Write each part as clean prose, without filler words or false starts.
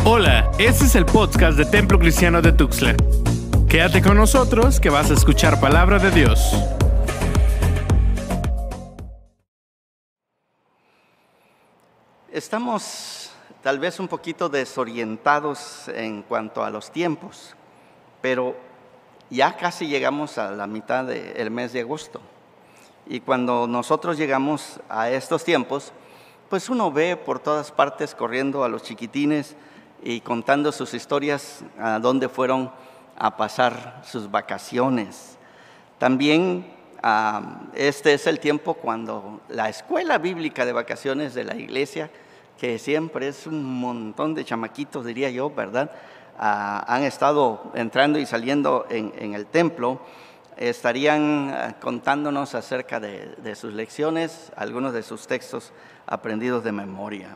Hola, este es el podcast de Templo Cristiano de Tuxtla. Quédate con nosotros que vas a escuchar palabra de Dios. Estamos tal vez un poquito desorientados en cuanto a los tiempos, pero ya casi llegamos a la mitad del mes de agosto. Y cuando nosotros llegamos a estos tiempos, pues uno ve por todas partes corriendo a los chiquitines y contando sus historias a dónde fueron a pasar sus vacaciones. También este es el tiempo cuando la escuela bíblica de vacaciones de la iglesia, que siempre es un montón de chamaquitos, diría yo, ¿verdad? Han estado entrando y saliendo en el templo, estarían contándonos acerca de sus lecciones, algunos de sus textos aprendidos de memoria.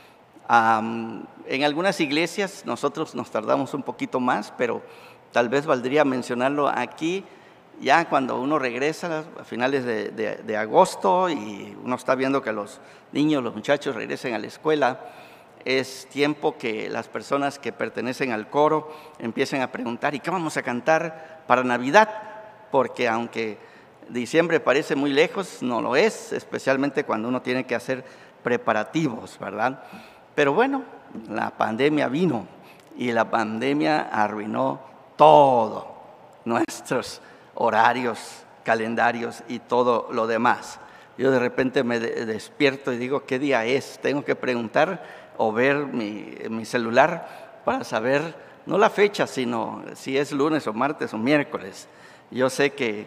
En algunas iglesias nosotros nos tardamos un poquito más, pero tal vez valdría mencionarlo aquí, ya cuando uno regresa a finales de agosto y uno está viendo que los niños, los muchachos regresen a la escuela, es tiempo que las personas que pertenecen al coro empiecen a preguntar: ¿y qué vamos a cantar para Navidad? Porque aunque diciembre parece muy lejos, no lo es, especialmente cuando uno tiene que hacer preparativos, ¿verdad? Pero bueno, la pandemia vino y la pandemia arruinó todo, nuestros horarios, calendarios y todo lo demás. Yo de repente me despierto y digo: ¿qué día es? Tengo que preguntar o ver mi celular para saber, no la fecha, sino si es lunes o martes o miércoles. Yo sé que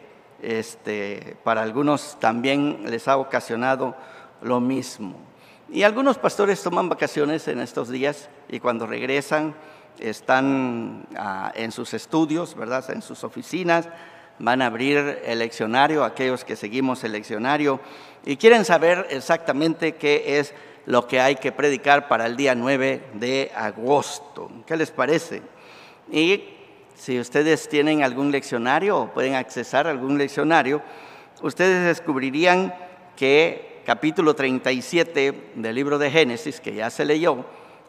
para algunos también les ha ocasionado lo mismo. Y algunos pastores toman vacaciones en estos días y cuando regresan están en sus estudios, ¿verdad? En sus oficinas, van a abrir el leccionario, aquellos que seguimos el leccionario, y quieren saber exactamente qué es lo que hay que predicar para el día 9 de agosto. ¿Qué les parece? Y si ustedes tienen algún leccionario o pueden accesar a algún leccionario, ustedes descubrirían que capítulo 37 del libro de Génesis, que ya se leyó,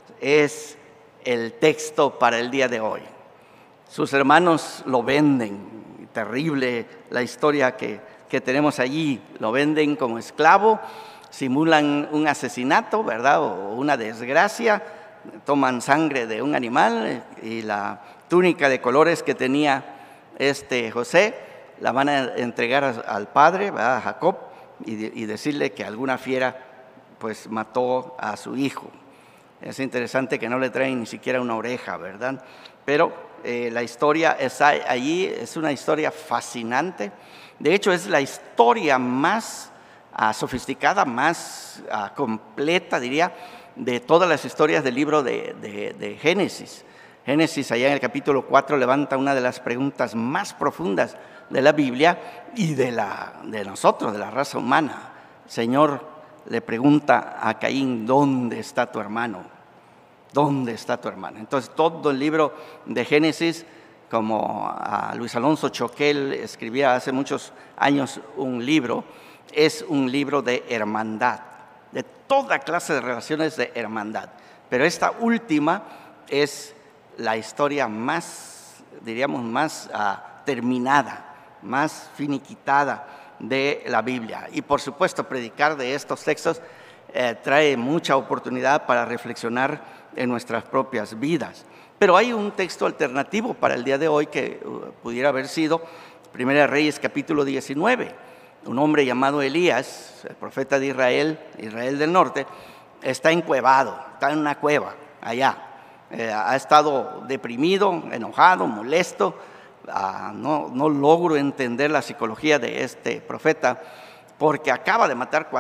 es el texto para el día de hoy. Sus hermanos lo venden, terrible la historia que tenemos allí, lo venden como esclavo, simulan un asesinato, ¿verdad? O una desgracia, toman sangre de un animal y la túnica de colores que tenía José la van a entregar al padre, ¿verdad? A Jacob, y decirle que alguna fiera pues mató a su hijo. Es interesante que no le traen ni siquiera una oreja, ¿verdad? Pero la historia está allí, es una historia fascinante. De hecho, es la historia más sofisticada, más completa, diría, de todas las historias del libro de Génesis. Génesis, allá en el capítulo 4, levanta una de las preguntas más profundas de la Biblia y de nosotros, de la raza humana. El Señor le pregunta a Caín: ¿dónde está tu hermano? ¿Dónde está tu hermano? Entonces todo el libro de Génesis, como Luis Alonso Choquel escribía hace muchos años un libro, es un libro de hermandad, de toda clase de relaciones de hermandad. Pero esta última es la historia más, diríamos, más terminada, más finiquitada de la Biblia. Y por supuesto, predicar de estos textos trae mucha oportunidad para reflexionar en nuestras propias vidas. Pero hay un texto alternativo para el día de hoy que pudiera haber sido Primera Reyes capítulo 19. Un hombre llamado Elías, el profeta de Israel del norte, está encuevado, está en una cueva allá. Ha estado deprimido, enojado, molesto. No logro entender la psicología de este profeta, porque acaba de matar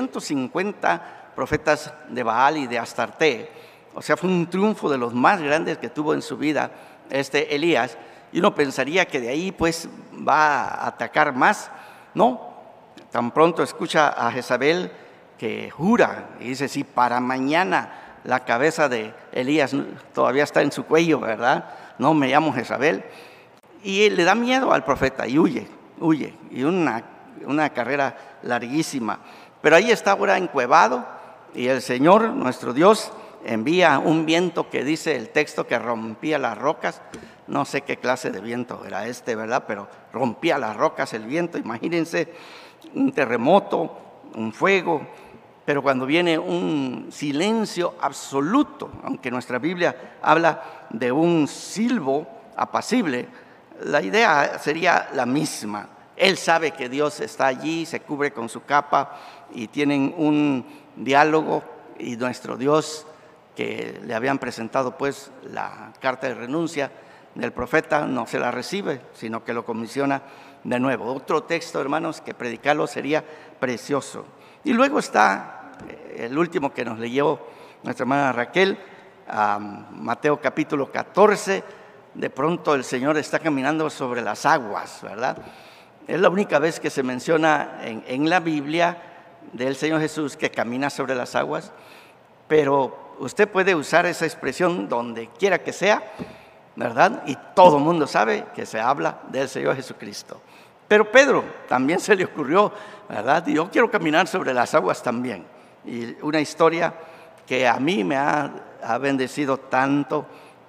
450 profetas de Baal y de Astarte. O sea, fue un triunfo de los más grandes que tuvo en su vida Elías, y uno pensaría que de ahí pues va a atacar más. No, tan pronto escucha a Jezabel que jura y dice: si para mañana la cabeza de Elías todavía está en su cuello, ¿verdad? No me llamo Jezabel. Y él le da miedo al profeta y huye, y una carrera larguísima. Pero ahí está ahora encuevado, y el Señor, nuestro Dios, envía un viento que dice el texto que rompía las rocas. No sé qué clase de viento era ¿verdad? Pero rompía las rocas el viento. Imagínense un terremoto, un fuego. Pero cuando viene un silencio absoluto, aunque nuestra Biblia habla de un silbo apacible, la idea sería la misma. Él sabe que Dios está allí, se cubre con su capa y tienen un diálogo, y nuestro Dios, que le habían presentado pues la carta de renuncia del profeta, no se la recibe, sino que lo comisiona de nuevo. Otro texto, hermanos, que predicarlo sería precioso. Y luego está el último que nos leyó nuestra hermana Raquel, Mateo capítulo 14. De pronto el Señor está caminando sobre las aguas, ¿verdad? Es la única vez que se menciona en la Biblia del Señor Jesús que camina sobre las aguas, pero usted puede usar esa expresión donde quiera que sea, ¿verdad? Y todo el mundo sabe que se habla del Señor Jesucristo. Pero Pedro también se le ocurrió, ¿verdad? Y yo quiero caminar sobre las aguas también. Y una historia que a mí me ha bendecido tanto,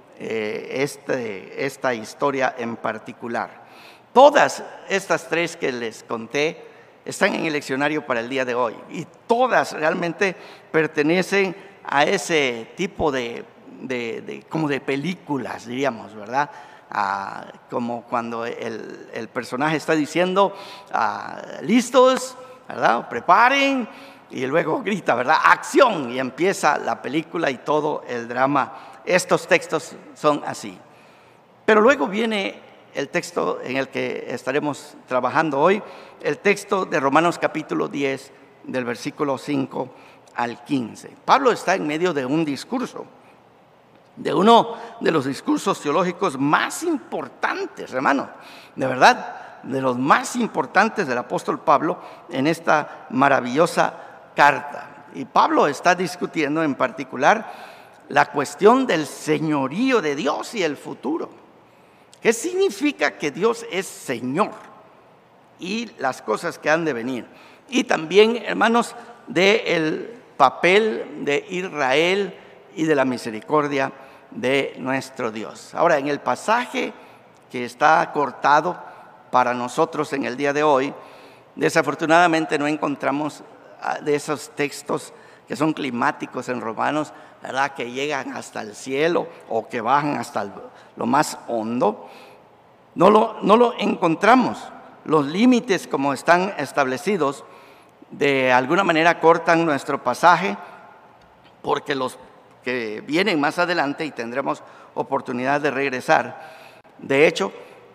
esta historia en particular. Todas estas tres que les conté están en el leccionario para el día de hoy, y todas realmente pertenecen a ese tipo como de películas, diríamos, ¿verdad? Como cuando el personaje está diciendo, listos, ¿verdad? Preparen, y luego grita, ¿verdad? Acción, y empieza la película y todo el drama. Estos textos son así. Pero luego viene el texto en el que estaremos trabajando hoy, el texto de Romanos capítulo 10, del versículo 5 al 15. Pablo está en medio de un discurso, de uno de los discursos teológicos más importantes, hermano, de verdad, de los más importantes del apóstol Pablo en esta maravillosa carta. Y Pablo está discutiendo en particular la cuestión del señorío de Dios y el futuro. ¿Qué significa que Dios es Señor? Y las cosas que han de venir. Y también, hermanos, del papel de Israel y de la misericordia de nuestro Dios. Ahora, en el pasaje que está cortado para nosotros en el día de hoy, desafortunadamente no encontramos de esos textos que son climáticos en Romanos, ¿verdad? Que llegan hasta el cielo o que bajan hasta lo más hondo. No lo encontramos. Los límites, como están establecidos, de alguna manera cortan nuestro pasaje, porque los que vienen más adelante, y tendremos oportunidad de regresar, de hecho,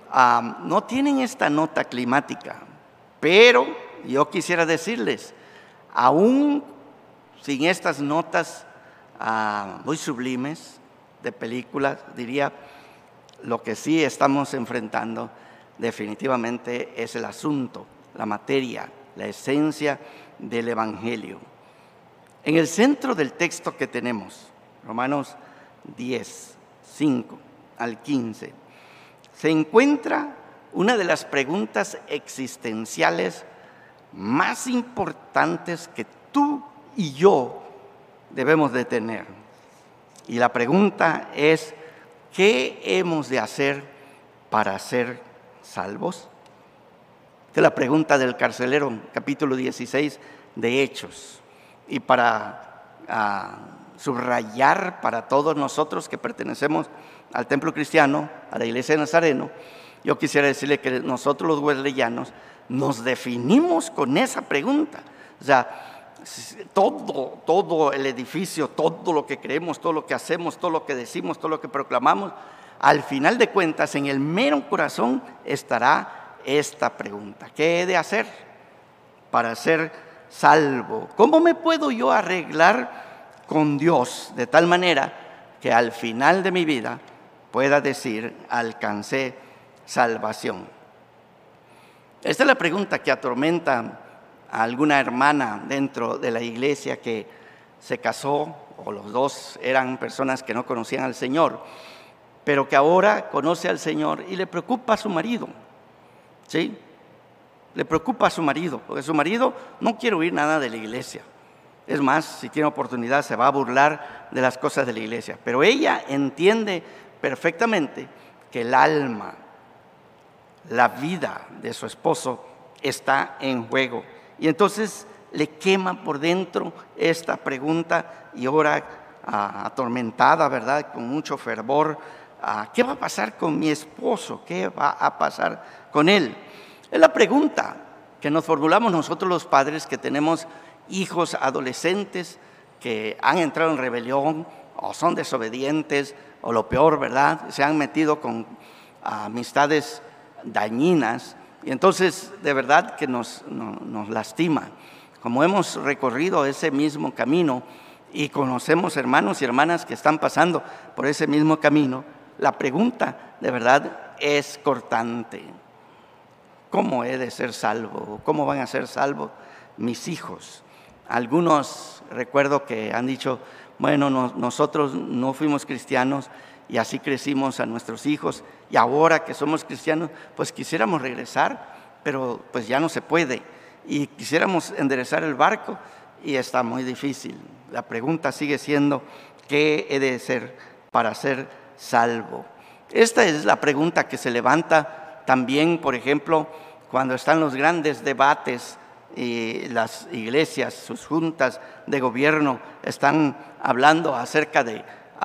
no tienen esta nota climática. Pero yo quisiera decirles, aún sin estas notas muy sublimes de películas, diría, lo que sí estamos enfrentando definitivamente es el asunto, la materia, la esencia del Evangelio. En el centro del texto que tenemos, Romanos 10, 5 al 15, se encuentra una de las preguntas existenciales más importantes que tú y yo debemos de tener. Y la pregunta es, ¿qué hemos de hacer para ser salvos? Esta es la pregunta del carcelero, capítulo 16 de Hechos. Y para subrayar para todos nosotros que pertenecemos al templo cristiano, a la iglesia de Nazareno, yo quisiera decirle que nosotros los wesleyanos nos definimos con esa pregunta. O sea, todo el edificio, todo lo que creemos, todo lo que hacemos, todo lo que decimos, todo lo que proclamamos, al final de cuentas, en el mero corazón estará esta pregunta: ¿qué he de hacer para ser salvo? ¿Cómo me puedo yo arreglar con Dios de tal manera que al final de mi vida pueda decir, alcancé salvación? Esta es la pregunta que atormenta a alguna hermana dentro de la iglesia que se casó, o los dos eran personas que no conocían al Señor, pero que ahora conoce al Señor y le preocupa a su marido, ¿sí? Le preocupa a su marido, porque su marido no quiere oír nada de la iglesia. Es más, si tiene oportunidad, se va a burlar de las cosas de la iglesia. Pero ella entiende perfectamente que el alma, la vida de su esposo está en juego. Y entonces le quema por dentro esta pregunta y ora atormentada, ¿verdad? Con mucho fervor. ¿Qué va a pasar con mi esposo? ¿Qué va a pasar con él? Es la pregunta que nos formulamos nosotros los padres que tenemos hijos adolescentes que han entrado en rebelión o son desobedientes o lo peor, ¿verdad? Se han metido con amistades dañinas y entonces de verdad que nos lastima. Como hemos recorrido ese mismo camino y conocemos hermanos y hermanas que están pasando por ese mismo camino, la pregunta de verdad es cortante. ¿Cómo he de ser salvo? ¿Cómo van a ser salvos mis hijos? Algunos recuerdo que han dicho, bueno, nosotros no fuimos cristianos y así crecimos a nuestros hijos y ahora que somos cristianos, pues quisiéramos regresar, pero pues ya no se puede y quisiéramos enderezar el barco y está muy difícil. La pregunta sigue siendo, ¿qué he de ser para ser salvo? Esta es la pregunta que se levanta también, por ejemplo, cuando están los grandes debates y las iglesias, sus juntas de gobierno están hablando acerca de,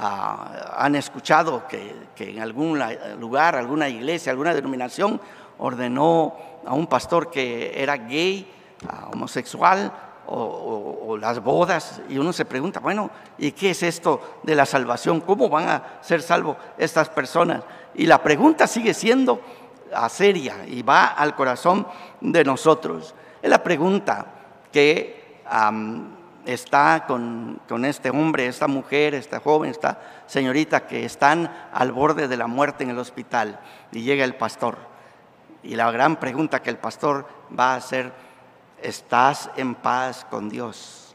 han escuchado que en algún lugar, alguna iglesia, alguna denominación ordenó a un pastor que era gay, homosexual o las bodas, y uno se pregunta, bueno, ¿y qué es esto de la salvación? ¿Cómo van a ser salvos estas personas? Y la pregunta sigue siendo seria y va al corazón de nosotros. Es la pregunta que está con este hombre, esta mujer, esta joven, esta señorita que están al borde de la muerte en el hospital y llega el pastor. Y la gran pregunta que el pastor va a hacer, ¿estás en paz con Dios?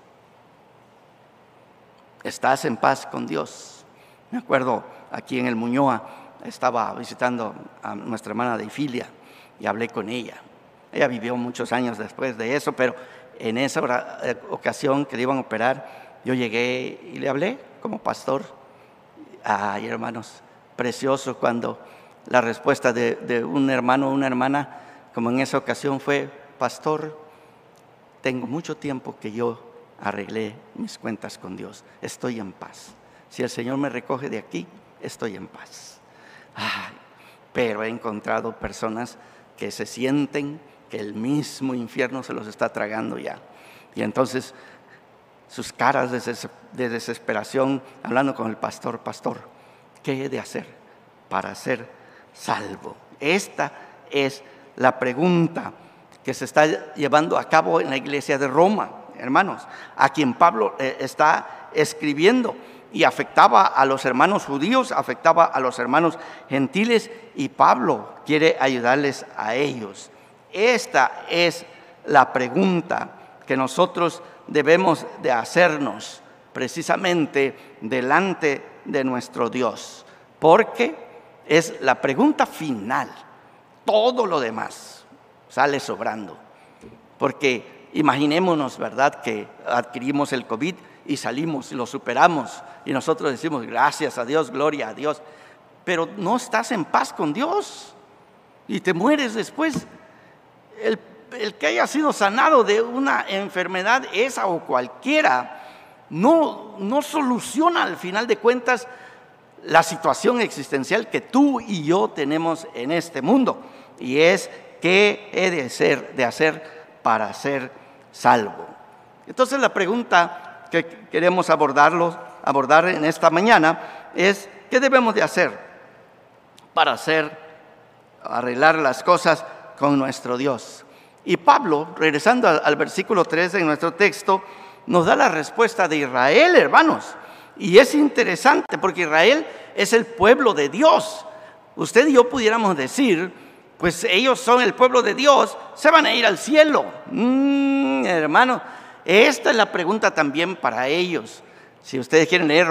¿Estás en paz con Dios? Me acuerdo aquí en el Muñoa, estaba visitando a nuestra hermana de Ifilia y hablé con ella. Ella vivió muchos años después de eso, pero en esa ocasión que le iban a operar, yo llegué y le hablé como pastor. Ay, hermanos, precioso cuando la respuesta de un hermano o una hermana, como en esa ocasión fue, pastor, tengo mucho tiempo que yo arreglé mis cuentas con Dios, estoy en paz. Si el Señor me recoge de aquí, estoy en paz. Ay, pero he encontrado personas que se sienten que el mismo infierno se los está tragando ya. Y entonces sus caras de desesperación, hablando con el pastor, pastor, ¿qué he de hacer para ser salvo? Esta es la pregunta que se está llevando a cabo en la iglesia de Roma, hermanos, a quien Pablo está escribiendo. Y afectaba a los hermanos judíos, afectaba a los hermanos gentiles, y Pablo quiere ayudarles a ellos. Esta es la pregunta que nosotros debemos de hacernos precisamente delante de nuestro Dios, porque es la pregunta final. Todo lo demás sale sobrando, porque imaginémonos, ¿verdad?, que adquirimos el COVID y salimos y lo superamos y nosotros decimos gracias a Dios, gloria a Dios, pero no estás en paz con Dios y te mueres después. El que haya sido sanado de una enfermedad esa o cualquiera no soluciona al final de cuentas la situación existencial que tú y yo tenemos en este mundo, y es ¿qué he de hacer para ser salvo? Entonces la pregunta que queremos abordar en esta mañana es ¿qué debemos de hacer para arreglar las cosas con nuestro Dios? Y Pablo, regresando al versículo 13 en nuestro texto, nos da la respuesta de Israel, hermanos. Y es interesante porque Israel es el pueblo de Dios. Usted y yo pudiéramos decir, pues ellos son el pueblo de Dios, se van a ir al cielo. Hermanos, esta es la pregunta también para ellos. Si ustedes quieren leer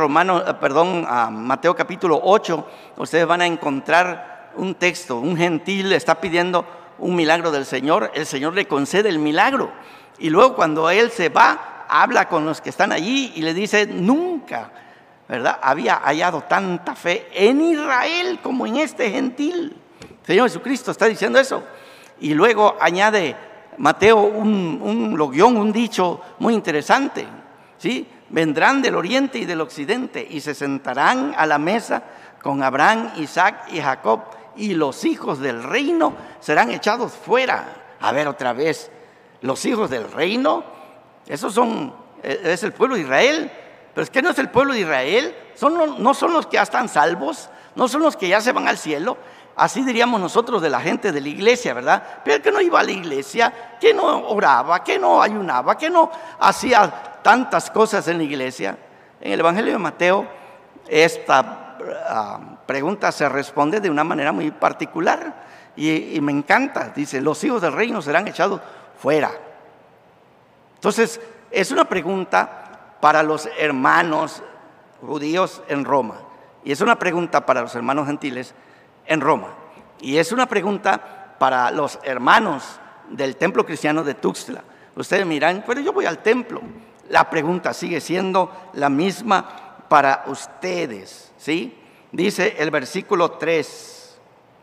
Mateo capítulo 8, ustedes van a encontrar un texto. Un gentil está pidiendo un milagro del Señor, el Señor le concede el milagro. Y luego cuando él se va habla con los que están allí y le dice: nunca, ¿verdad?, había hallado tanta fe en Israel como en este gentil. El Señor Jesucristo está diciendo eso. Y luego añade Mateo un logión, un dicho muy interesante, ¿sí? Vendrán del oriente y del occidente y se sentarán a la mesa con Abraham, Isaac y Jacob, y los hijos del reino serán echados fuera. A ver, otra vez, los hijos del reino, esos es el pueblo de Israel. Pero es que no es el pueblo de Israel, no son los que ya están salvos, no son los que ya se van al cielo. Así diríamos nosotros de la gente de la iglesia, ¿verdad? Pero que no iba a la iglesia, que no oraba, que no ayunaba, que no hacía tantas cosas en la iglesia. En el Evangelio de Mateo, esta pregunta se responde de una manera muy particular y me encanta. Dice: los hijos del reino serán echados fuera. Entonces, es una pregunta para los hermanos judíos en Roma, y es una pregunta para los hermanos gentiles en Roma, y es una pregunta para los hermanos del templo cristiano de Tuxtla. Ustedes miran: pero yo voy al templo. La pregunta sigue siendo la misma para ustedes, ¿sí? Dice el versículo 3,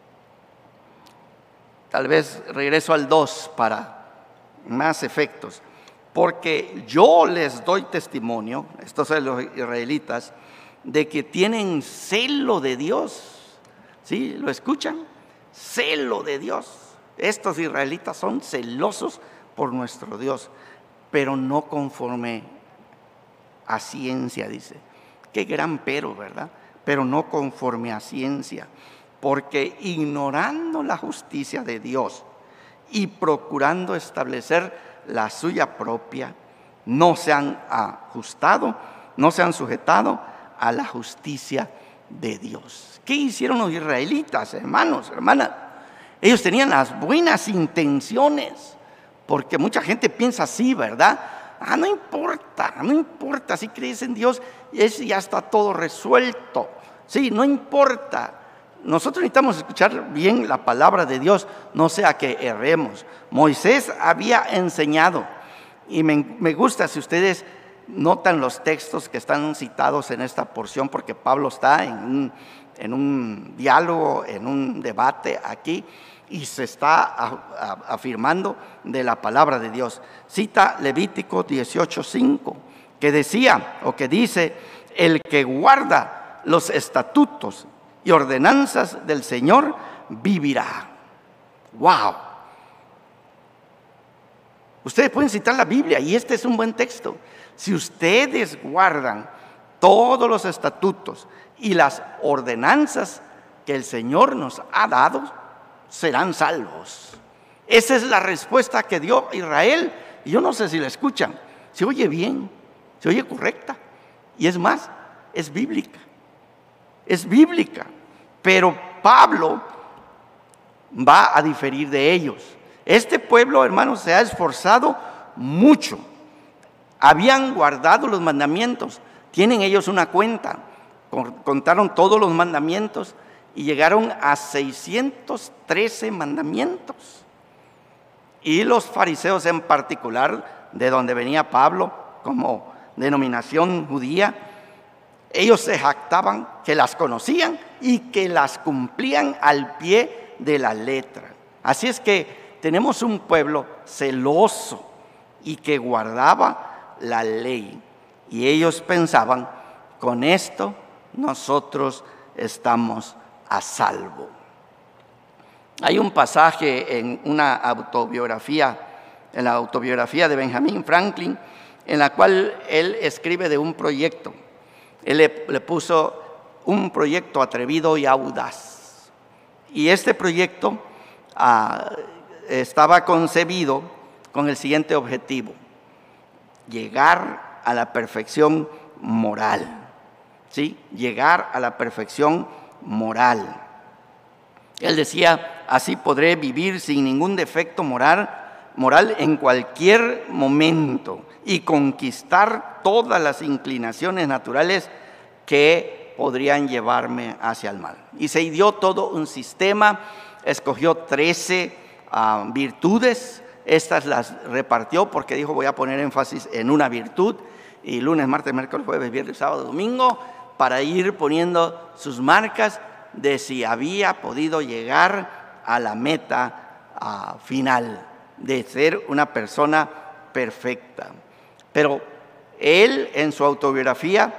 tal vez regreso al 2 para más efectos. Porque yo les doy testimonio, estos son los israelitas, de que tienen celo de Dios. ¿Sí? ¿Lo escuchan? Celo de Dios. Estos israelitas son celosos por nuestro Dios, pero no conforme a ciencia, dice. Qué gran pero, ¿verdad? Pero no conforme a ciencia, porque ignorando la justicia de Dios y procurando establecer la suya propia, no se han ajustado, no se han sujetado a la justicia de Dios. ¿Qué hicieron los israelitas, hermanos, hermanas? Ellos tenían las buenas intenciones, porque mucha gente piensa así, ¿verdad? No importa, si crees en Dios, ya está todo resuelto. Sí, no importa. Nosotros necesitamos escuchar bien la palabra de Dios, no sea que erremos. Moisés había enseñado, y me gusta si ustedes notan los textos que están citados en esta porción, porque Pablo está en un diálogo, en un debate aquí, y se está afirmando de la palabra de Dios. Cita Levítico 18:5, que decía, o que dice: el que guarda los estatutos y ordenanzas del Señor vivirá. ¡Wow! Ustedes pueden citar la Biblia, y este es un buen texto. Si ustedes guardan todos los estatutos y las ordenanzas que el Señor nos ha dado, serán salvos. Esa es la respuesta que dio Israel. Y yo no sé si la escuchan. Se oye bien, se oye correcta, y es más, es bíblica. Es bíblica, pero Pablo va a diferir de ellos. Este pueblo, hermanos, se ha esforzado mucho. Habían guardado los mandamientos. Tienen ellos una cuenta. Contaron todos los mandamientos y llegaron a 613 mandamientos. Y los fariseos en particular, de donde venía Pablo como denominación judía, ellos se jactaban que las conocían y que las cumplían al pie de la letra. Así es que tenemos un pueblo celoso y que guardaba la ley. Y ellos pensaban: con esto nosotros estamos a salvo. Hay un pasaje en una autobiografía, en la autobiografía de Benjamin Franklin, en la cual él escribe de un proyecto. Él le puso un proyecto atrevido y audaz. Y este proyecto estaba concebido con el siguiente objetivo: llegar a la perfección moral. ¿Sí? Llegar a la perfección moral. Él decía: así podré vivir sin ningún defecto moral en cualquier momento y conquistar todas las inclinaciones naturales que podrían llevarme hacia el mal. Y se ideó todo un sistema, escogió 13 virtudes estas las repartió porque dijo: voy a poner énfasis en una virtud, y lunes, martes, miércoles, jueves, viernes, sábado, domingo, para ir poniendo sus marcas de si había podido llegar a la meta final, de ser una persona perfecta. Pero él en su autobiografía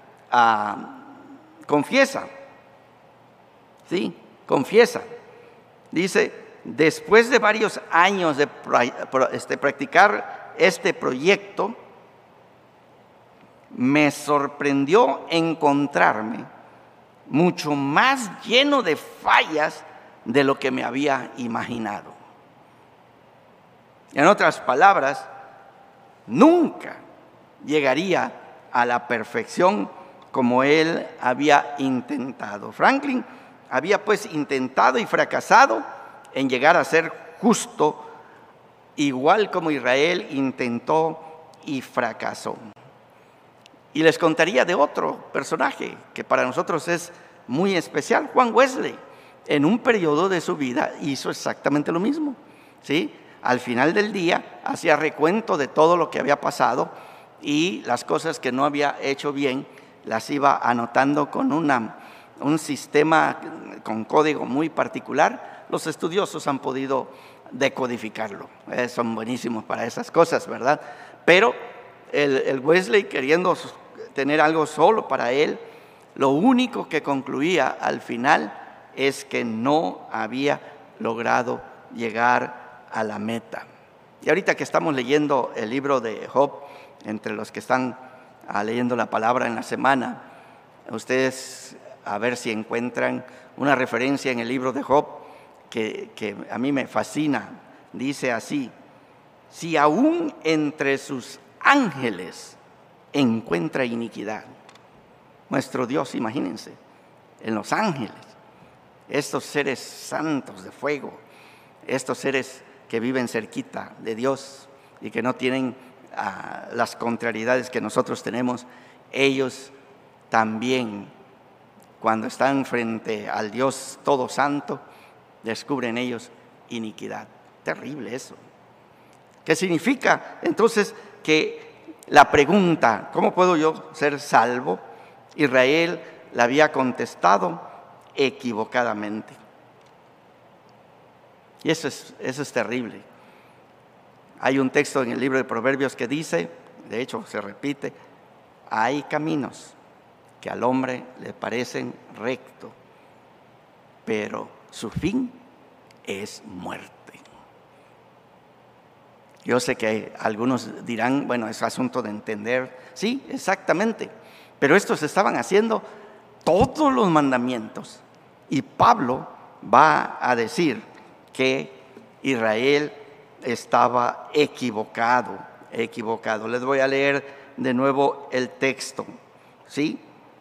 confiesa, dice: después de varios años de practicar este proyecto, me sorprendió encontrarme mucho más lleno de fallas de lo que me había imaginado. En otras palabras, nunca llegaría a la perfección como él había intentado. Franklin había pues intentado y fracasado en llegar a ser justo, igual como Israel intentó y fracasó. Y les contaría de otro personaje que para nosotros es muy especial, Juan Wesley. En un periodo de su vida hizo exactamente lo mismo, ¿sí? Al final del día hacía recuento de todo lo que había pasado, y las cosas que no había hecho bien las iba anotando con un sistema con código muy particular. Los estudiosos han podido decodificarlo, son buenísimos para esas cosas, ¿verdad? Pero el Wesley, queriendo tener algo solo para él, lo único que concluía al final es que no había logrado llegar a la meta. Y ahorita que estamos leyendo el libro de Job, entre los que están leyendo la palabra en la semana, ustedes a ver si encuentran una referencia en el libro de Job que a mí me fascina. Dice así: si aún entre sus ángeles encuentra iniquidad. Nuestro Dios, imagínense, en los ángeles, estos seres santos de fuego, estos seres que viven cerquita de Dios y que no tienen las contrariedades que nosotros tenemos, ellos también, cuando están frente al Dios todo santo, descubren ellos iniquidad. Terrible eso. ¿Qué significa? Entonces, que la pregunta, ¿cómo puedo yo ser salvo? Israel la había contestado equivocadamente. Y eso es terrible. Hay un texto en el libro de Proverbios que dice, de hecho se repite: hay caminos que al hombre le parecen rectos, pero su fin es muerte. Yo sé que algunos dirán, bueno, es asunto de entender. Sí, exactamente. Pero estos estaban haciendo todos los mandamientos. Y Pablo va a decir que Israel estaba equivocado. Les voy a leer de nuevo el texto, ¿sí?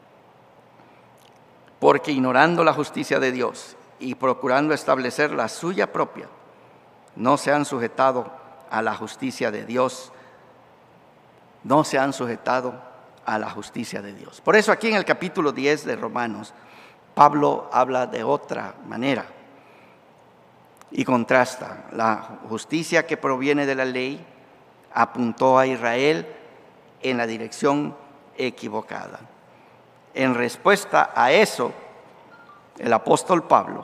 Porque ignorando la justicia de Dios y procurando establecer la suya propia, no se han sujetado a la justicia de Dios. No se han sujetado a la justicia de Dios. Por eso aquí en el capítulo 10 de Romanos, Pablo habla de otra manera y contrasta. La justicia que proviene de la ley apuntó a Israel en la dirección equivocada. En respuesta a eso, el apóstol Pablo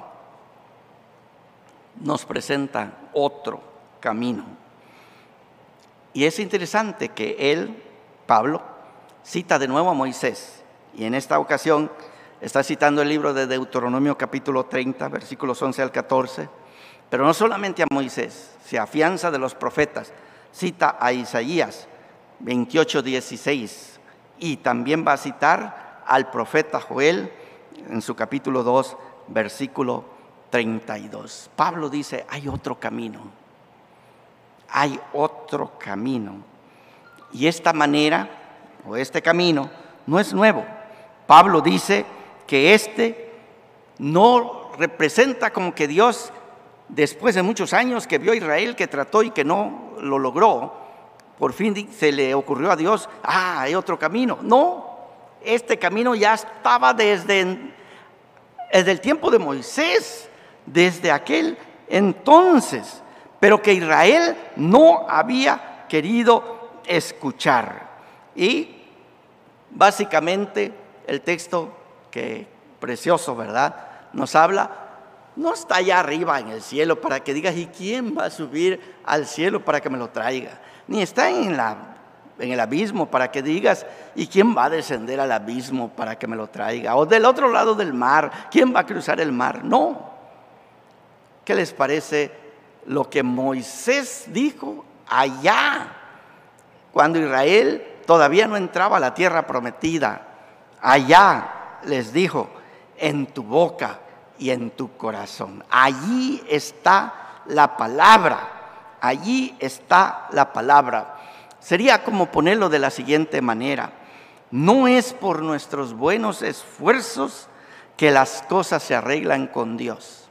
nos presenta otro camino. Y es interesante que él, Pablo, cita de nuevo a Moisés, y en esta ocasión está citando el libro de Deuteronomio capítulo 30, versículos 11 al 14, pero no solamente a Moisés, se afianza de los profetas, cita a Isaías 28, 16, y también va a citar al profeta Joel en su capítulo 2, versículo 32. Pablo dice, hay otro camino. Hay otro camino. Y esta manera, o este camino, no es nuevo. Pablo dice que este no representa como que Dios, después de muchos años que vio a Israel que trató y que no lo logró, por fin se le ocurrió a Dios, hay otro camino. No, este camino ya estaba desde el tiempo de Moisés, desde aquel entonces. pero que Israel no había querido escuchar. Y básicamente el texto, que precioso, ¿verdad?, nos habla, no está allá arriba en el cielo para que digas, ¿y quién va a subir al cielo para que me lo traiga? Ni está en el abismo para que digas, ¿y quién va a descender al abismo para que me lo traiga? O del otro lado del mar, ¿quién va a cruzar el mar? No. ¿Qué les parece lo que Moisés dijo allá, cuando Israel todavía no entraba a la tierra prometida? Allá les dijo, en tu boca y en tu corazón. Allí está la palabra. Allí está la palabra. Sería como ponerlo de la siguiente manera: no es por nuestros buenos esfuerzos que las cosas se arreglan con Dios.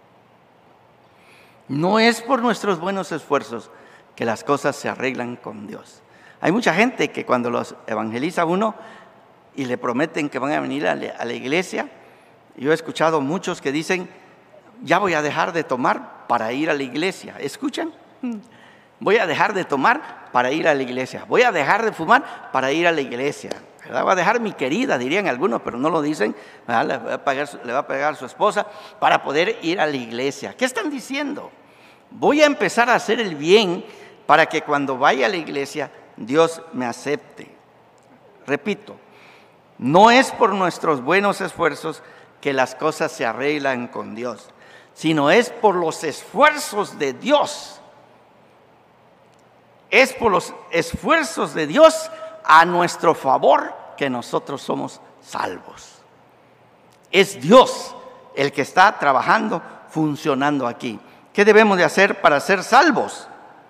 No es por nuestros buenos esfuerzos que las cosas se arreglan con Dios. Hay mucha gente que cuando los evangeliza uno y le prometen que van a venir a la iglesia, yo he escuchado muchos que dicen, ya voy a dejar de tomar para ir a la iglesia. ¿Escuchan? Voy a dejar de tomar para ir a la iglesia. Voy a dejar de fumar para ir a la iglesia. ¿Verdad? Va a dejar mi querida, dirían algunos, pero no lo dicen. Le va a pagar su esposa para poder ir a la iglesia. ¿Qué están diciendo? Voy a empezar a hacer el bien para que cuando vaya a la iglesia Dios me acepte. Repito, no es por nuestros buenos esfuerzos que las cosas se arreglan con Dios, sino es por los esfuerzos de Dios. Es por los esfuerzos de Dios a nuestro favor que nosotros somos salvos. Es Dios el que está trabajando, funcionando aquí. ¿Qué debemos de hacer para ser salvos?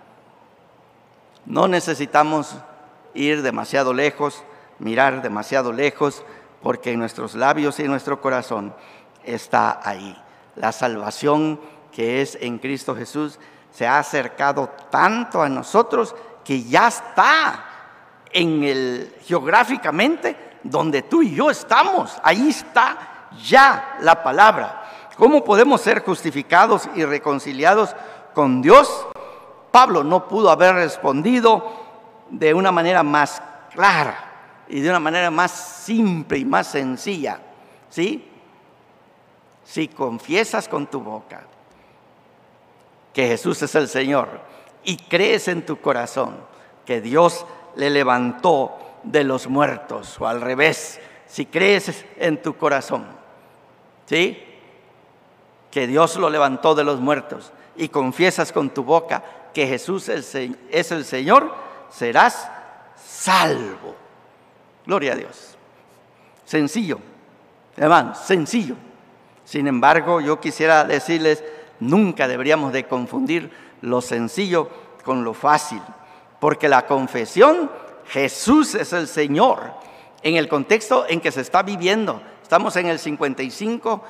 No necesitamos ir demasiado lejos, mirar demasiado lejos, porque en nuestros labios y en nuestro corazón está ahí. La salvación que es en Cristo Jesús se ha acercado tanto a nosotros que ya está geográficamente donde tú y yo estamos. Ahí está ya la palabra. ¿Cómo podemos ser justificados y reconciliados con Dios? Pablo no pudo haber respondido de una manera más clara y de una manera más simple y más sencilla, ¿sí? Si confiesas con tu boca que Jesús es el Señor y crees en tu corazón que Dios le levantó de los muertos, o al revés, si crees en tu corazón, ¿sí?, que Dios lo levantó de los muertos y confiesas con tu boca que Jesús es el Señor, serás salvo. Gloria a Dios. Sencillo, hermanos, sencillo. Sin embargo, yo quisiera decirles, nunca deberíamos de confundir lo sencillo con lo fácil, porque la confesión, Jesús es el Señor, en el contexto en que se está viviendo. Estamos en el 55,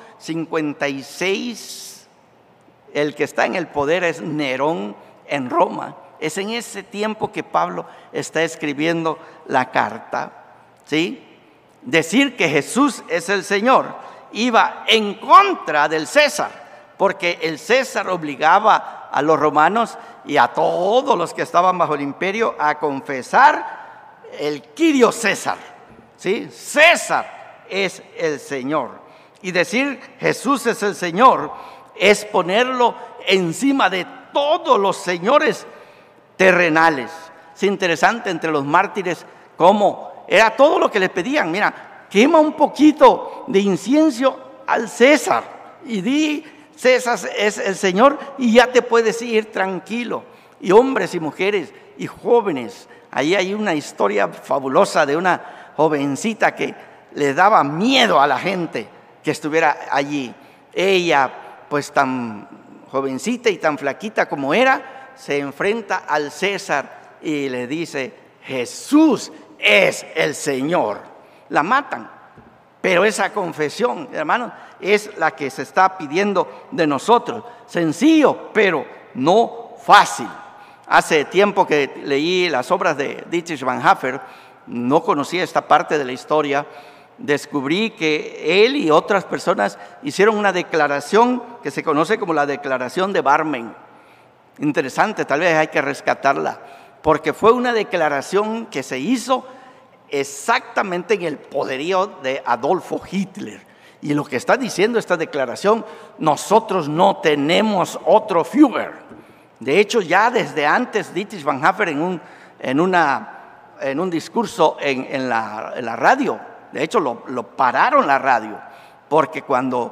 56, el que está en el poder es Nerón en Roma. Es en ese tiempo que Pablo está escribiendo la carta, ¿sí? Decir que Jesús es el Señor iba en contra del César, porque el César obligaba a los romanos y a todos los que estaban bajo el imperio a confesar el Kyrios César, ¿sí? César es el Señor. Y decir Jesús es el Señor es ponerlo encima de todos los señores terrenales. Es interesante entre los mártires cómo era todo lo que les pedían. Mira, quema un poquito de incienso al César y di César es el Señor y ya te puedes ir tranquilo. Y hombres y mujeres y jóvenes, ahí hay una historia fabulosa de una jovencita que le daba miedo a la gente que estuviera allí. Ella, pues tan jovencita y tan flaquita como era, se enfrenta al César y le dice, Jesús es el Señor. La matan, pero esa confesión, hermanos, es la que se está pidiendo de nosotros. Sencillo, pero no fácil. Hace tiempo que leí las obras de Dietrich Bonhoeffer, no conocía esta parte de la historia. Descubrí que él y otras personas hicieron una declaración que se conoce como la Declaración de Barmen. interesante, tal vez hay que rescatarla, porque fue una declaración que se hizo exactamente en el poderío de Adolfo Hitler. Y lo que está diciendo esta declaración: nosotros no tenemos otro Führer. De hecho, ya desde antes, Dietrich Bonhoeffer en un discurso en la radio, de hecho lo pararon la radio, porque cuando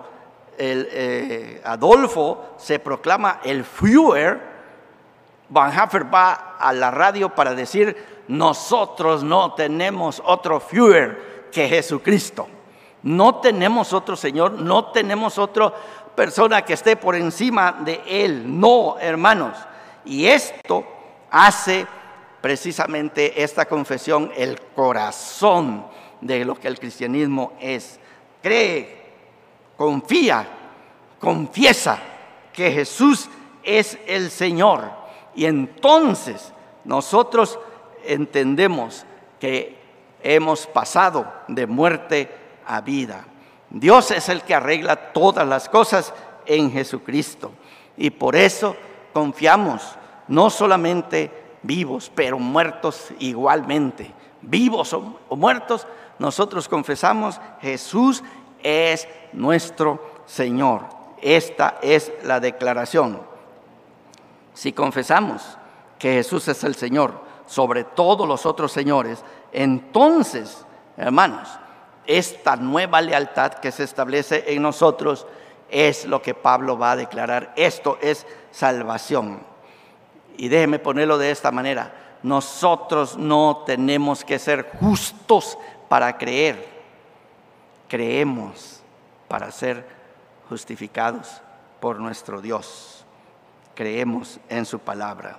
Adolfo se proclama el Führer, Bonhoeffer va a la radio para decir: nosotros no tenemos otro Führer que Jesucristo. No tenemos otro Señor, no tenemos otra persona que esté por encima de Él. No, hermanos. Y esto hace precisamente esta confesión el corazón de lo que el cristianismo es. Cree, confía, confiesa que Jesús es el Señor. Y entonces nosotros entendemos que hemos pasado de muerte a vida. Dios es el que arregla todas las cosas en Jesucristo. Y por eso confiamos, no solamente vivos, pero muertos igualmente. Vivos o muertos, nosotros confesamos: Jesús es nuestro Señor. Esta es la declaración. Si confesamos que Jesús es el Señor sobre todos los otros señores, entonces, hermanos, esta nueva lealtad que se establece en nosotros es lo que Pablo va a declarar. Esto es salvación. Y déjeme ponerlo de esta manera: nosotros no tenemos que ser justos para creer. Creemos para ser justificados por nuestro Dios. Creemos en su palabra.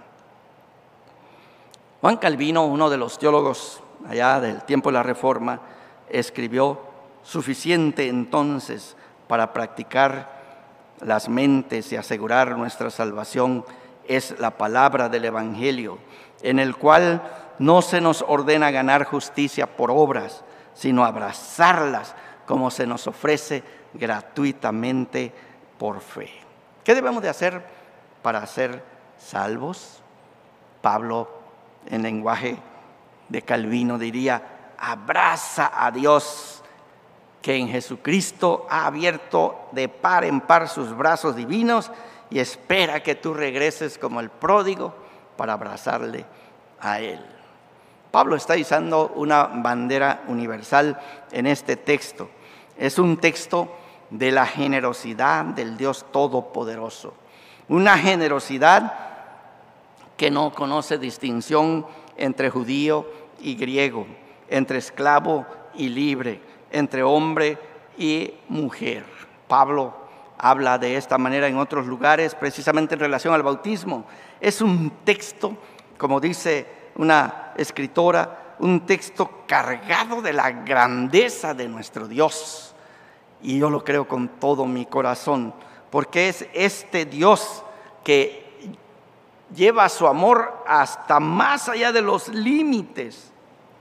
Juan Calvino, uno de los teólogos allá del tiempo de la Reforma, escribió: suficiente entonces para practicar las mentes y asegurar nuestra salvación es la palabra del Evangelio, en el cual no se nos ordena ganar justicia por obras, sino abrazarlas como se nos ofrece gratuitamente por fe. ¿Qué debemos de hacer para ser salvos? Pablo, en lenguaje de Calvino, diría: abraza a Dios, que en Jesucristo ha abierto de par en par sus brazos divinos y espera que tú regreses como el pródigo para abrazarle a Él. Pablo está izando una bandera universal en este texto. Es un texto de la generosidad del Dios Todopoderoso. Una generosidad que no conoce distinción entre judío y griego, entre esclavo y libre, entre hombre y mujer. Pablo habla de esta manera en otros lugares, precisamente en relación al bautismo. Es un texto, como dice una escritora, un texto cargado de la grandeza de nuestro Dios. Y yo lo creo con todo mi corazón, porque es este Dios que lleva su amor hasta más allá de los límites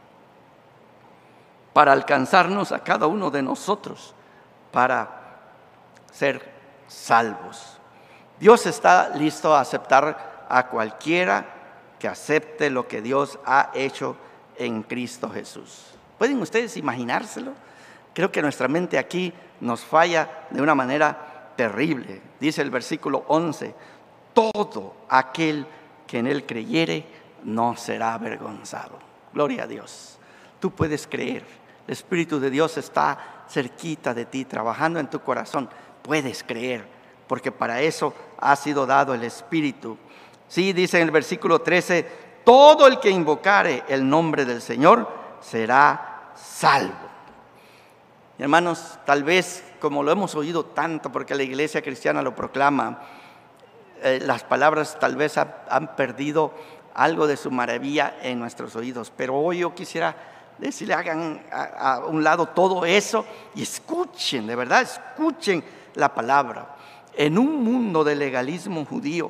para alcanzarnos a cada uno de nosotros, para ser salvos. Dios está listo a aceptar a cualquiera que acepte lo que Dios ha hecho en Cristo Jesús. ¿Pueden ustedes imaginárselo? Creo que nuestra mente aquí nos falla de una manera terrible. Dice el versículo 11: todo aquel que en Él creyere no será avergonzado. Gloria a Dios. Tú puedes creer. El Espíritu de Dios está cerquita de ti, trabajando en tu corazón. Puedes creer, porque para eso ha sido dado el Espíritu. Sí, dice en el versículo 13: todo el que invocare el nombre del Señor será salvo. Hermanos, tal vez como lo hemos oído tanto, porque la iglesia cristiana lo proclama, las palabras tal vez han perdido algo de su maravilla en nuestros oídos. Pero hoy yo quisiera decirle: hagan a un lado todo eso y escuchen, de verdad, escuchen la palabra. En un mundo de legalismo judío,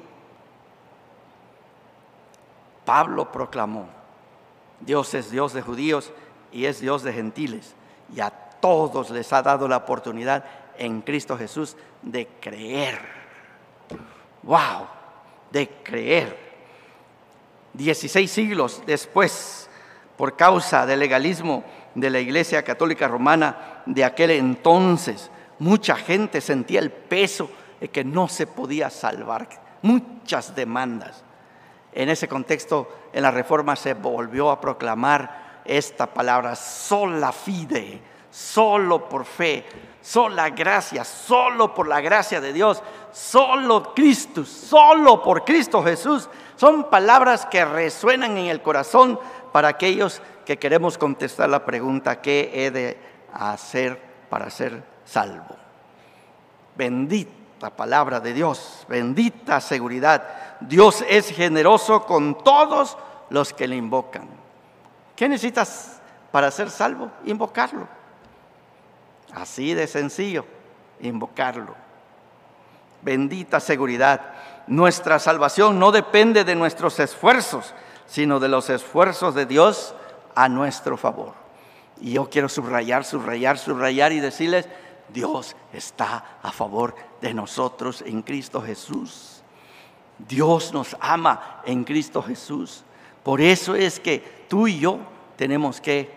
Pablo proclamó: Dios es Dios de judíos y es Dios de gentiles, y a todos les ha dado la oportunidad en Cristo Jesús de creer. ¡Wow! de creer. 16 siglos después, por causa del legalismo de la Iglesia Católica Romana de aquel entonces, mucha gente sentía el peso de que no se podía salvar, muchas demandas. En ese contexto, en la Reforma se volvió a proclamar esta palabra, sola fide, solo por fe, sola gracia, solo por la gracia de Dios, solo Cristo, solo por Cristo Jesús. Son palabras que resuenan en el corazón para aquellos que queremos contestar la pregunta, ¿qué he de hacer para ser salvo? Bendita palabra de Dios, bendita seguridad. Dios es generoso con todos los que le invocan. ¿Qué necesitas para ser salvo? Invocarlo. Así de sencillo, invocarlo. Bendita seguridad. Nuestra salvación no depende de nuestros esfuerzos, sino de los esfuerzos de Dios a nuestro favor. Y yo quiero subrayar y decirles, Dios está a favor de nosotros en Cristo Jesús. Dios nos ama en Cristo Jesús. Por eso es que tú y yo tenemos que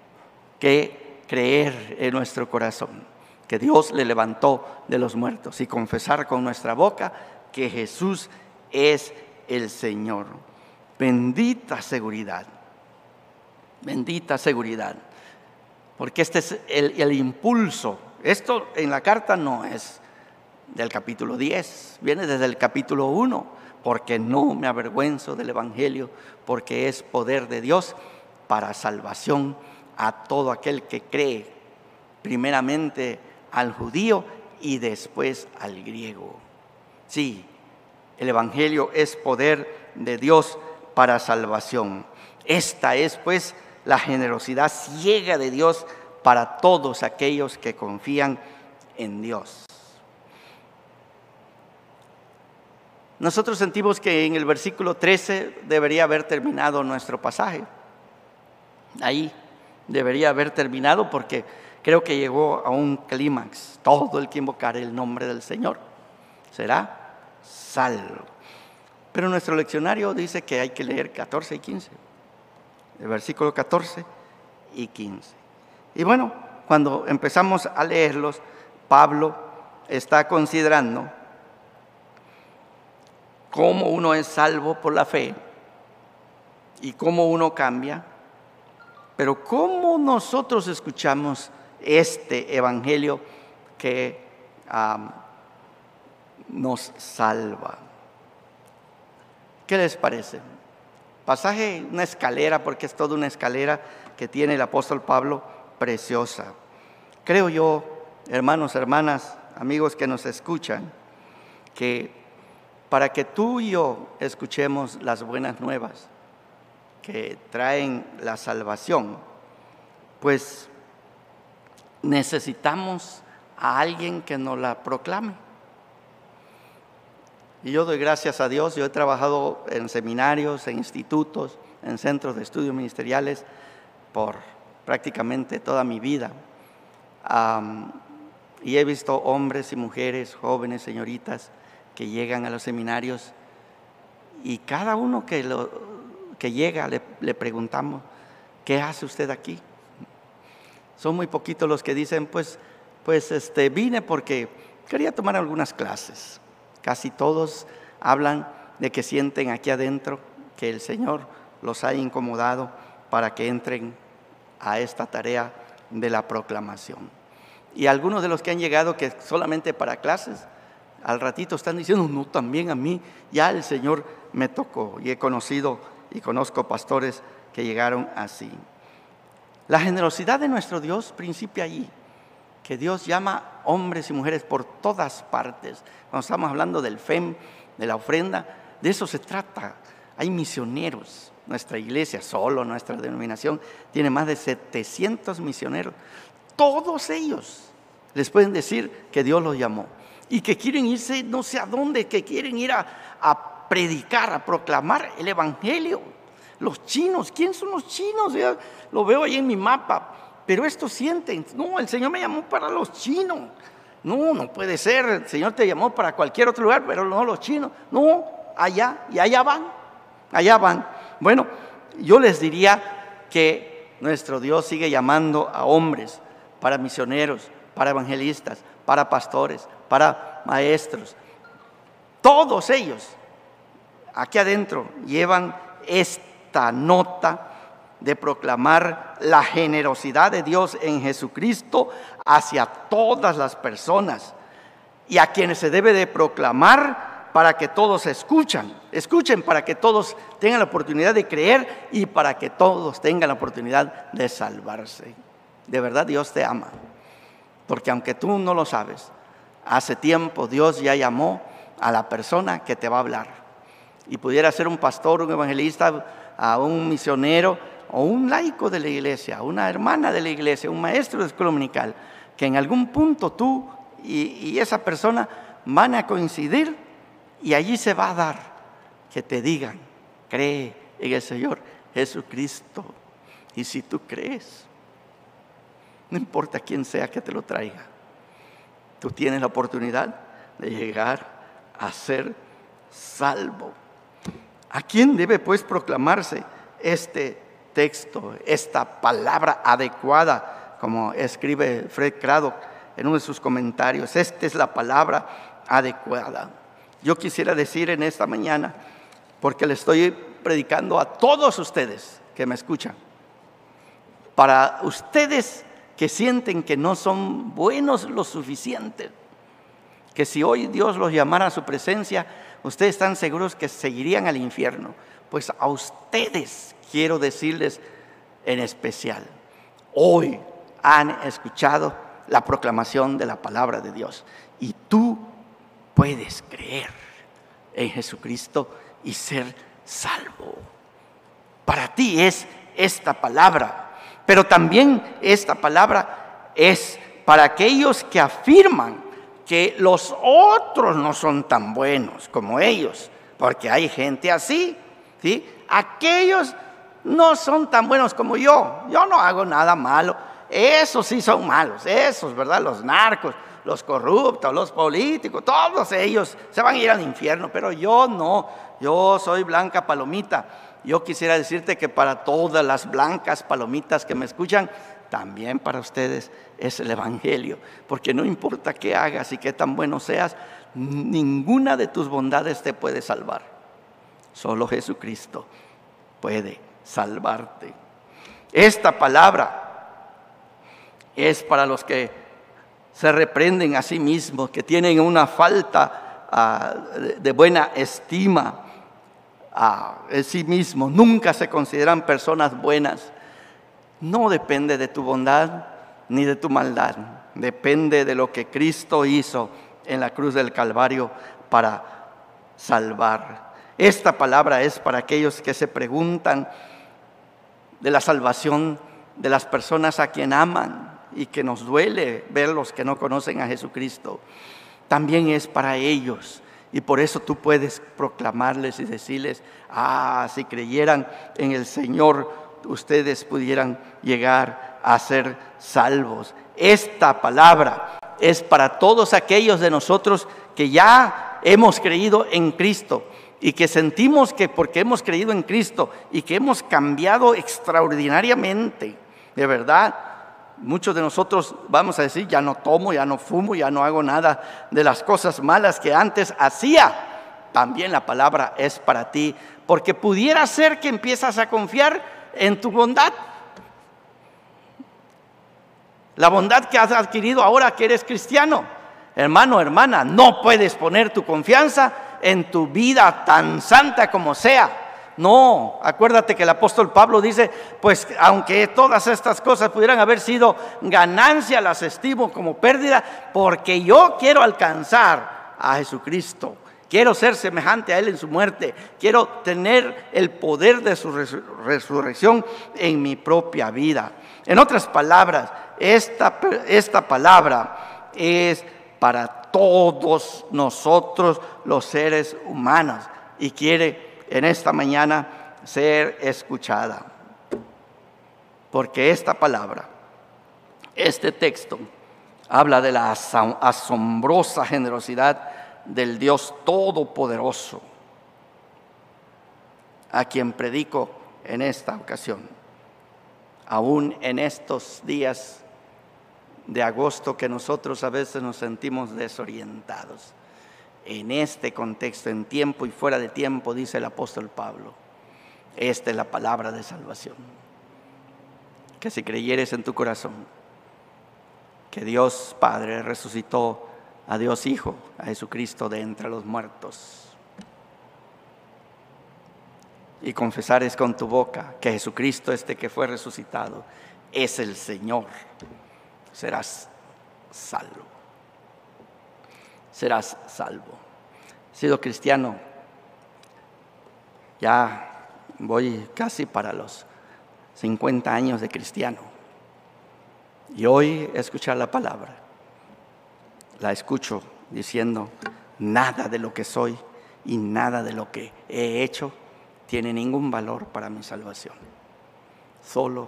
creer en nuestro corazón que Dios le levantó de los muertos y confesar con nuestra boca que Jesús es el Señor. Bendita seguridad, porque este es el impulso. Esto en la carta no es del capítulo 10, viene desde el capítulo 1, porque no me avergüenzo del Evangelio, porque es poder de Dios para salvación a todo aquel que cree, primeramente al judío y después al griego. Sí, el Evangelio es poder de Dios para salvación. Esta es pues la generosidad ciega de Dios para todos aquellos que confían en Dios. Nosotros sentimos que en el versículo 13 debería haber terminado nuestro pasaje. Ahí debería haber terminado porque creo que llegó a un clímax. Todo el que invocare el nombre del Señor será salvo. Pero nuestro leccionario dice que hay que leer 14 y 15. El versículo 14 y 15. Y bueno, cuando empezamos a leerlos, Pablo está considerando cómo uno es salvo por la fe y cómo uno cambia, pero cómo nosotros escuchamos este evangelio que nos salva. ¿Qué les parece? Pasaje, una escalera, porque es toda una escalera que tiene el apóstol Pablo, preciosa. Creo yo, hermanos, hermanas, amigos que nos escuchan, que para que tú y yo escuchemos las buenas nuevas que traen la salvación, pues necesitamos a alguien que nos la proclame. Y yo doy gracias a Dios. Yo he trabajado en seminarios, en institutos, en centros de estudios ministeriales por prácticamente toda mi vida. Y he visto hombres y mujeres, jóvenes, señoritas, que llegan a los seminarios y cada uno que llega le preguntamos, ¿qué hace usted aquí? Son muy poquitos los que dicen, pues vine porque quería tomar algunas clases. Casi todos hablan de que sienten aquí adentro que el Señor los ha incomodado para que entren a esta tarea de la proclamación. Y algunos de los que han llegado que solamente para clases, al ratito están diciendo, no, también a mí, ya el Señor me tocó. Y he conocido y conozco pastores que llegaron así. La generosidad de nuestro Dios principia allí, que Dios llama hombres y mujeres por todas partes. Cuando estamos hablando del FEM, de la ofrenda, de eso se trata. Hay misioneros. Nuestra iglesia, solo nuestra denominación, tiene más de 700 misioneros. Todos ellos les pueden decir que Dios los llamó y que quieren irse no sé a dónde, que quieren ir a predicar, a proclamar el evangelio. Los chinos, ¿quién son los chinos? Ya lo veo ahí en mi mapa. Pero estos sienten, no, el Señor me llamó para los chinos. No puede ser, el Señor te llamó para cualquier otro lugar, pero no los chinos. No, allá, y allá van. Bueno, yo les diría que nuestro Dios sigue llamando a hombres para misioneros, para evangelistas, para pastores, para maestros. Todos ellos aquí adentro llevan esta nota de proclamar la generosidad de Dios en Jesucristo hacia todas las personas, y a quienes se debe de proclamar para que todos escuchen, para que todos tengan la oportunidad de creer y para que todos tengan la oportunidad de salvarse. De verdad Dios te ama, porque aunque tú no lo sabes, hace tiempo Dios ya llamó a la persona que te va a hablar, y pudiera ser un pastor, un evangelista, a un misionero o un laico de la iglesia, una hermana de la iglesia, un maestro de escuela dominical, que en algún punto tú y esa persona van a coincidir, y allí se va a dar que te digan: cree en el Señor Jesucristo. Y si tú crees, no importa quién sea que te lo traiga, tú tienes la oportunidad de llegar a ser salvo. ¿A quién debe pues proclamarse este texto, esta palabra adecuada? Como escribe Fred Craddock en uno de sus comentarios, esta es la palabra adecuada. Yo quisiera decir en esta mañana, porque le estoy predicando a todos ustedes que me escuchan, para ustedes que sienten que no son buenos lo suficiente, que si hoy Dios los llamara a su presencia, ustedes están seguros que seguirían al infierno. Pues a ustedes quiero decirles en especial, hoy han escuchado la proclamación de la palabra de Dios, y tú puedes creer en Jesucristo y ser salvo. Para ti es esta palabra, pero también esta palabra es para aquellos que afirman que los otros no son tan buenos como ellos, porque hay gente así, ¿sí? Aquellos no son tan buenos como yo no hago nada malo. Esos sí son malos, esos, ¿verdad? Los narcos, los corruptos, los políticos, todos ellos se van a ir al infierno, pero yo no, yo soy blanca palomita. Yo quisiera decirte que para todas las blancas palomitas que me escuchan, también para ustedes es el evangelio, porque no importa qué hagas y qué tan bueno seas, ninguna de tus bondades te puede salvar. Solo Jesucristo puede salvarte. Esta palabra es para los que se reprenden a sí mismos, que tienen una falta de buena estima en sí mismos, nunca se consideran personas buenas. No depende de tu bondad ni de tu maldad, depende de lo que Cristo hizo en la cruz del Calvario para salvar. Esta palabra es para aquellos que se preguntan de la salvación de las personas a quien aman y que nos duele verlos que no conocen a Jesucristo. También es para ellos, y por eso tú puedes proclamarles y decirles: si creyeran en el Señor, ustedes pudieran llegar a ser salvos. Esta palabra es para todos aquellos de nosotros que ya hemos creído en Cristo y que sentimos que porque hemos creído en Cristo y que hemos cambiado extraordinariamente, de verdad. Muchos de nosotros vamos a decir: ya no tomo, ya no fumo, ya no hago nada de las cosas malas que antes hacía. También la palabra es para ti, porque pudiera ser que empiezas a confiar en tu bondad. La bondad que has adquirido ahora que eres cristiano. Hermano, hermana, no puedes poner tu confianza en tu vida tan santa como sea. No, acuérdate que el apóstol Pablo dice: pues aunque todas estas cosas pudieran haber sido ganancia, las estimo como pérdida, porque yo quiero alcanzar a Jesucristo. Quiero ser semejante a Él en su muerte. Quiero tener el poder de su resurrección en mi propia vida. En otras palabras, esta palabra es para todos nosotros los seres humanos y quiere en esta mañana ser escuchada, porque esta palabra, este texto, habla de la asombrosa generosidad del Dios Todopoderoso. a quien predico en esta ocasión. Aún en estos días de agosto que nosotros a veces nos sentimos desorientados. En este contexto, en tiempo y fuera de tiempo, dice el apóstol Pablo, esta es la palabra de salvación. Que si creyeres en tu corazón que Dios Padre resucitó a Dios Hijo, a Jesucristo de entre los muertos, y confesares con tu boca que Jesucristo que fue resucitado es el Señor, serás salvo. Serás salvo. He sido cristiano, ya voy casi para los 50 años de cristiano. Y hoy escuchar la palabra, la escucho diciendo, nada de lo que soy y nada de lo que he hecho tiene ningún valor para mi salvación. Solo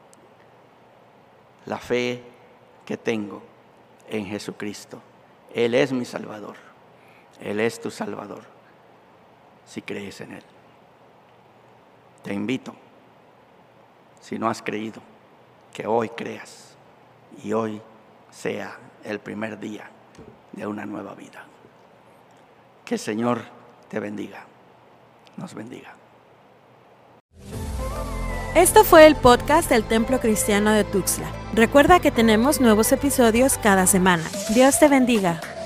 la fe que tengo en Jesucristo. Él es mi Salvador. Él es tu Salvador, si crees en Él. Te invito, si no has creído, que hoy creas y hoy sea el primer día de una nueva vida. Que el Señor te bendiga, nos bendiga. Esto fue el podcast del Templo Cristiano de Tuxtla. Recuerda que tenemos nuevos episodios cada semana. Dios te bendiga.